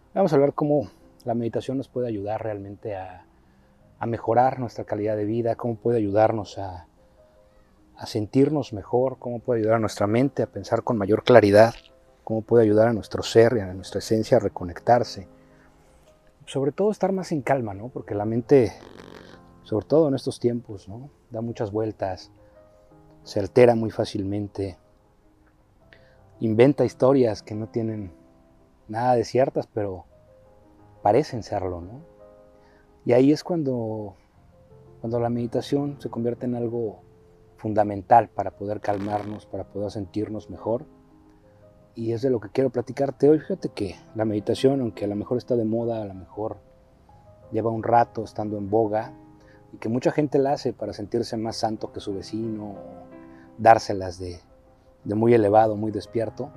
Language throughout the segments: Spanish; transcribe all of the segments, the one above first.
Vamos a hablar cómo la meditación nos puede ayudar realmente a mejorar nuestra calidad de vida, cómo puede ayudarnos a sentirnos mejor, cómo puede ayudar a nuestra mente a pensar con mayor claridad, cómo puede ayudar a nuestro ser y a nuestra esencia a reconectarse. Sobre todo estar más en calma, ¿no? Porque la mente, sobre todo en estos tiempos, ¿no? Da muchas vueltas, se altera muy fácilmente, inventa historias que no tienen nada de ciertas, pero parecen serlo, ¿no? Y ahí es cuando la meditación se convierte en algo fundamental para poder calmarnos, para poder sentirnos mejor. Y es de lo que quiero platicarte hoy. Fíjate que la meditación, aunque a lo mejor está de moda, a lo mejor lleva un rato estando en boga, y que mucha gente la hace para sentirse más santo que su vecino, o dárselas de muy elevado, muy despierto,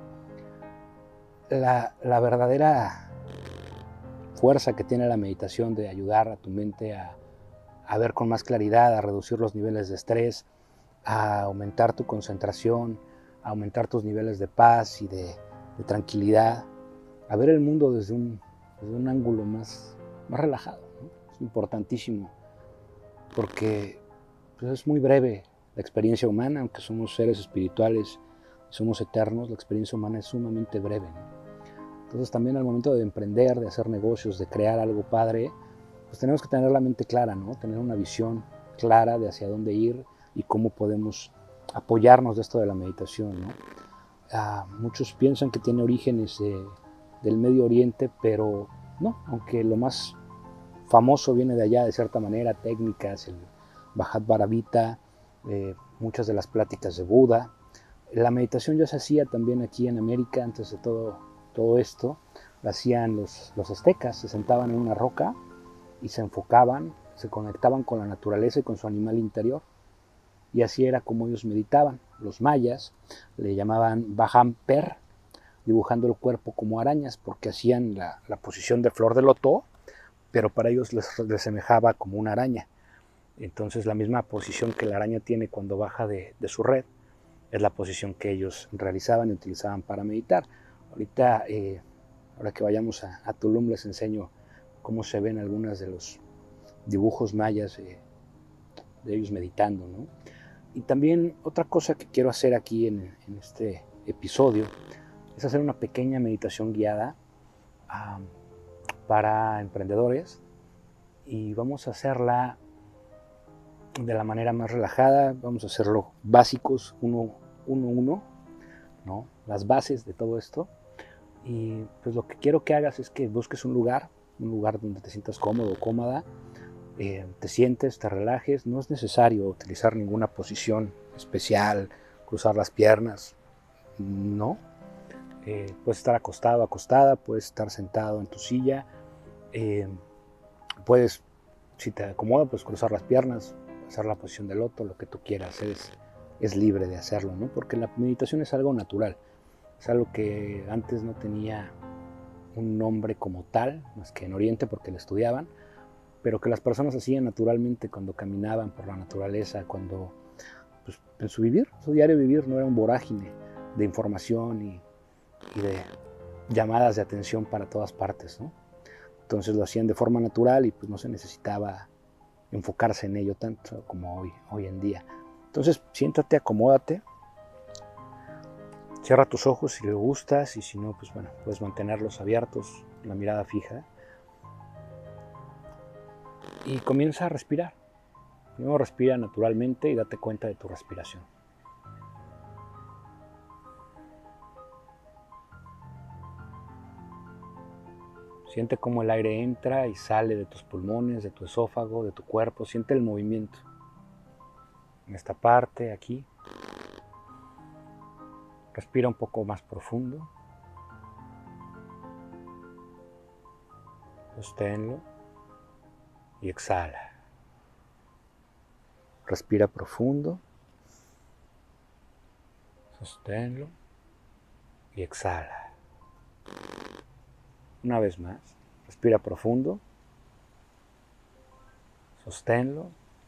la verdadera fuerza que tiene la meditación de ayudar a tu mente a ver con más claridad, a reducir los niveles de estrés, a aumentar tu concentración, a aumentar tus niveles de paz y de tranquilidad, a ver el mundo desde un ángulo más relajado, ¿no? Es importantísimo porque pues, es muy breve la experiencia humana, aunque somos seres espirituales, somos eternos, la experiencia humana es sumamente breve, ¿no? Entonces también al momento de emprender, de hacer negocios, de crear algo padre, pues tenemos que tener la mente clara, ¿no? Tener una visión clara de hacia dónde ir y cómo podemos apoyarnos de esto de la meditación, ¿no? Muchos piensan que tiene orígenes del Medio Oriente, pero no, aunque lo más famoso viene de allá de cierta manera, técnicas, el Bhagavad-gita, muchas de las pláticas de Buda. La meditación ya se hacía también aquí en América antes de todo esto. La hacían los aztecas, se sentaban en una roca y se enfocaban, se conectaban con la naturaleza y con su animal interior. Y así era como ellos meditaban. Los mayas le llamaban Bajamper, dibujando el cuerpo como arañas, porque hacían la posición de flor de loto, pero para ellos les semejaba como una araña. Entonces la misma posición que la araña tiene cuando baja de su red es la posición que ellos realizaban y utilizaban para meditar. Ahorita, ahora que vayamos a Tulum, les enseño cómo se ven algunos de los dibujos mayas de ellos meditando, ¿no? Y también otra cosa que quiero hacer aquí en este episodio es hacer una pequeña meditación guiada para emprendedores, y vamos a hacerla de la manera más relajada. Vamos a hacerlo básicos, uno, ¿no? Las bases de todo esto. Y pues lo que quiero que hagas es que busques un lugar donde te sientas cómodo o cómoda, te sientes, te relajes. No es necesario utilizar ninguna posición especial, cruzar las piernas, no. Puedes estar acostado, acostada, puedes estar sentado en tu silla, eh, puedes, si te acomoda, pues cruzar las piernas, hacer la posición del loto, lo que tú quieras, es libre de hacerlo, ¿no? Porque la meditación es algo natural, es algo que antes no tenía un nombre como tal, más que en Oriente porque lo estudiaban, pero que las personas hacían naturalmente cuando caminaban por la naturaleza, cuando pues, en su vivir, su diario vivir no era un vorágine de información y de llamadas de atención para todas partes, ¿no? Entonces lo hacían de forma natural y pues no se necesitaba enfocarse en ello tanto como hoy en día. Entonces siéntate, acomódate, cierra tus ojos si le gustas, y si no, pues bueno, puedes mantenerlos abiertos, la mirada fija, y comienza a respirar. Primero respira naturalmente y date cuenta de tu respiración. Siente cómo el aire entra y sale de tus pulmones, de tu esófago, de tu cuerpo. Siente el movimiento. En esta parte, aquí. Respira un poco más profundo. Sosténlo y exhala. Respira profundo. Sosténlo y exhala. Una vez más. Respira profundo. Sosténlo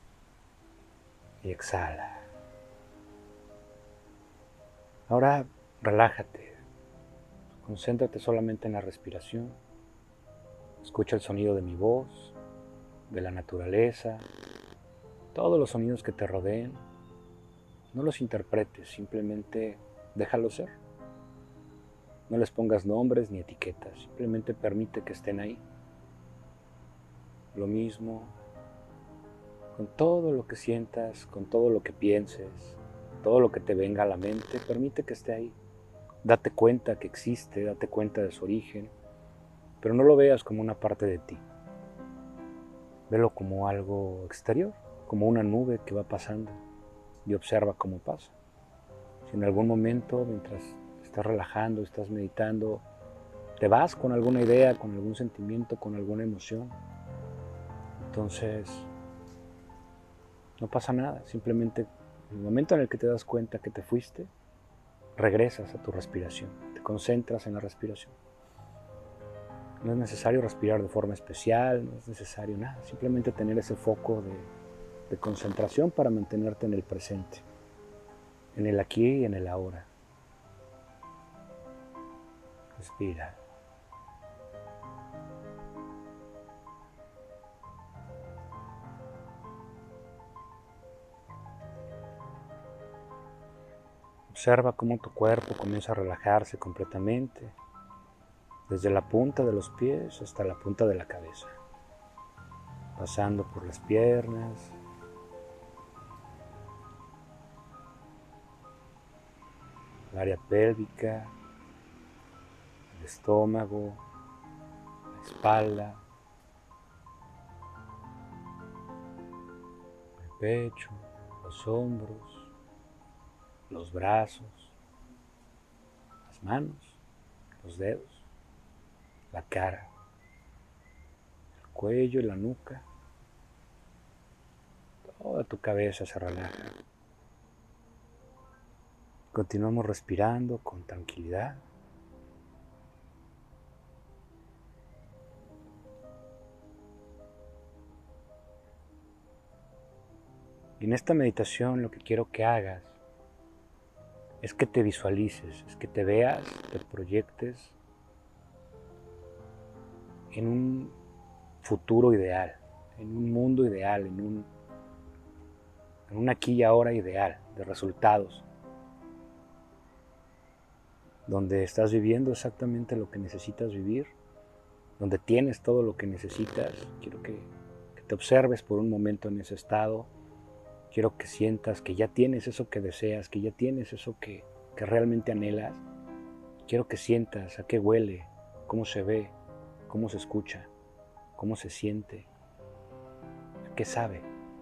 y exhala. Ahora relájate. Concéntrate solamente en la respiración. Escucha el sonido de mi voz, de la naturaleza, todos los sonidos que te rodeen. No los interpretes, simplemente déjalos ser. No les pongas nombres ni etiquetas, simplemente permite que estén ahí. Lo mismo con todo lo que sientas, con todo lo que pienses, todo lo que te venga a la mente, permite que esté ahí. Date cuenta que existe, date cuenta de su origen, pero no lo veas como una parte de ti. Velo como algo exterior, como una nube que va pasando y observa cómo pasa. Si en algún momento, mientras estás relajando, estás meditando, te vas con alguna idea, con algún sentimiento, con alguna emoción, entonces no pasa nada. Simplemente en el momento en el que te das cuenta que te fuiste, regresas a tu respiración, te concentras en la respiración. No es necesario respirar de forma especial, no es necesario nada, simplemente tener ese foco de concentración para mantenerte en el presente, en el aquí y en el ahora. Respira. Observa cómo tu cuerpo comienza a relajarse completamente, desde la punta de los pies hasta la punta de la cabeza, pasando por las piernas, el área pélvica, el estómago, la espalda, el pecho, los hombros, los brazos, las manos, los dedos, la cara, el cuello y la nuca. Toda tu cabeza se relaja. Continuamos respirando con tranquilidad. Y en esta meditación lo que quiero que hagas es que te visualices, es que te veas, te proyectes en un futuro ideal, en un mundo ideal, en un aquí y ahora ideal de resultados, donde estás viviendo exactamente lo que necesitas vivir, donde tienes todo lo que necesitas. Quiero que te observes por un momento en ese estado. Quiero que sientas que ya tienes eso que deseas, que ya tienes eso que realmente anhelas. Quiero que sientas a qué huele, cómo se ve, cómo se escucha, cómo se siente, a qué sabe.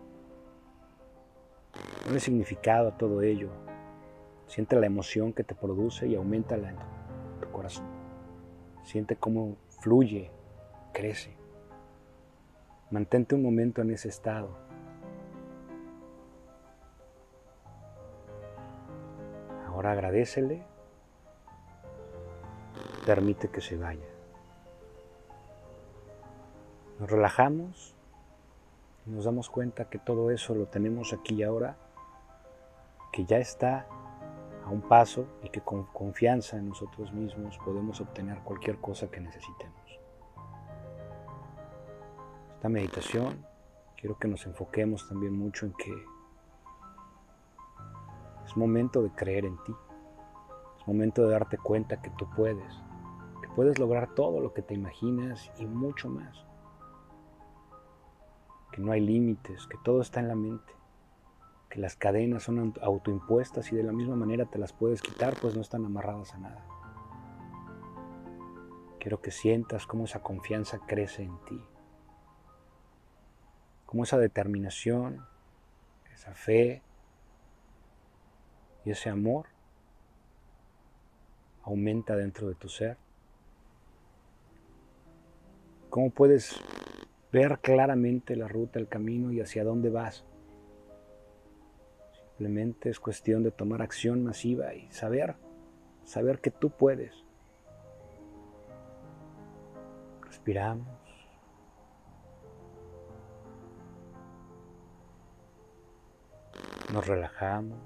Dale significado a todo ello. Siente la emoción que te produce y auméntala en tu corazón. Siente cómo fluye, crece. Mantente un momento en ese estado. Ahora agradécele. Permite que se vaya. Nos relajamos y nos damos cuenta que todo eso lo tenemos aquí y ahora, que ya está a un paso y que con confianza en nosotros mismos podemos obtener cualquier cosa que necesitemos. Esta meditación quiero que nos enfoquemos también mucho en que es momento de creer en ti, es momento de darte cuenta que tú puedes lograr todo lo que te imaginas y mucho más, que no hay límites, que todo está en la mente, que las cadenas son autoimpuestas y de la misma manera te las puedes quitar, pues no están amarradas a nada. Quiero que sientas cómo esa confianza crece en ti, cómo esa determinación, esa fe y ese amor aumenta dentro de tu ser. Cómo puedes ver claramente la ruta, el camino y hacia dónde vas. Simplemente es cuestión de tomar acción masiva y saber que tú puedes. Respiramos. Nos relajamos.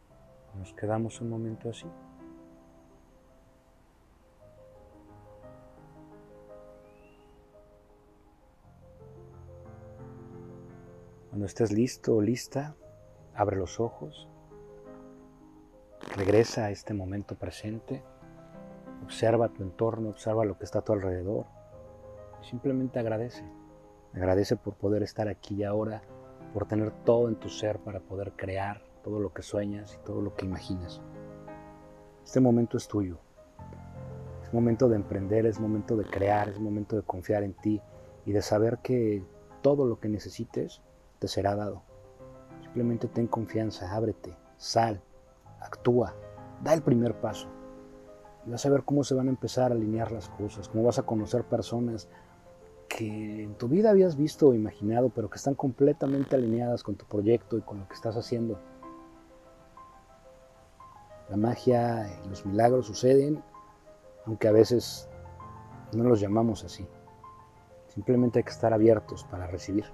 Nos quedamos un momento así. Cuando estés listo o lista, abre los ojos, regresa a este momento presente, observa tu entorno, observa lo que está a tu alrededor y simplemente agradece. Agradece por poder estar aquí y ahora, por tener todo en tu ser para poder crear todo lo que sueñas y todo lo que imaginas. Este momento es tuyo. Es momento de emprender, es momento de crear, es momento de confiar en ti y de saber que todo lo que necesites te será dado. Simplemente ten confianza, ábrete, sal, actúa, da el primer paso. Y vas a ver cómo se van a empezar a alinear las cosas, cómo vas a conocer personas que en tu vida habías visto o imaginado, pero que están completamente alineadas con tu proyecto y con lo que estás haciendo. La magia y los milagros suceden, aunque a veces no los llamamos así. Simplemente hay que estar abiertos para recibir.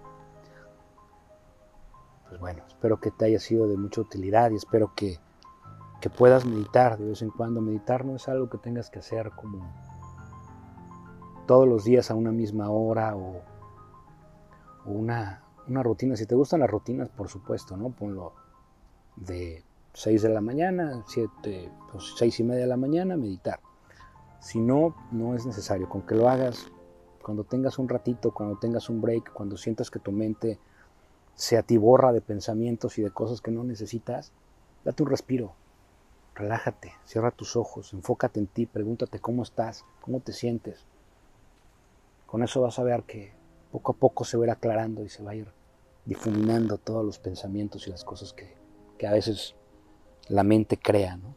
Pues bueno, espero que te haya sido de mucha utilidad y espero que puedas meditar de vez en cuando. Meditar no es algo que tengas que hacer como todos los días a una misma hora o una rutina. Si te gustan las rutinas, por supuesto, ¿no? Ponlo de 6 de la mañana, 6 y media de la mañana, meditar. Si no, no es necesario. Con que lo hagas cuando tengas un ratito, cuando tengas un break, cuando sientas que tu mente se atiborra de pensamientos y de cosas que no necesitas, date un respiro, relájate, cierra tus ojos, enfócate en ti, pregúntate cómo estás, cómo te sientes. Con eso vas a ver que poco a poco se va a ir aclarando y se va a ir difuminando todos los pensamientos y las cosas que a veces la mente crea, ¿no?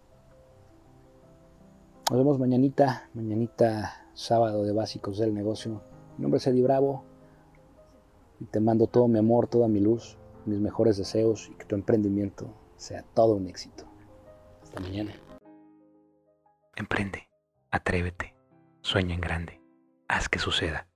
Nos vemos mañanita sábado de Básicos del Negocio. Mi nombre es Eddie Bravo y te mando todo mi amor, toda mi luz, mis mejores deseos y que tu emprendimiento sea todo un éxito. Hasta mañana. Emprende, atrévete, sueña en grande, haz que suceda.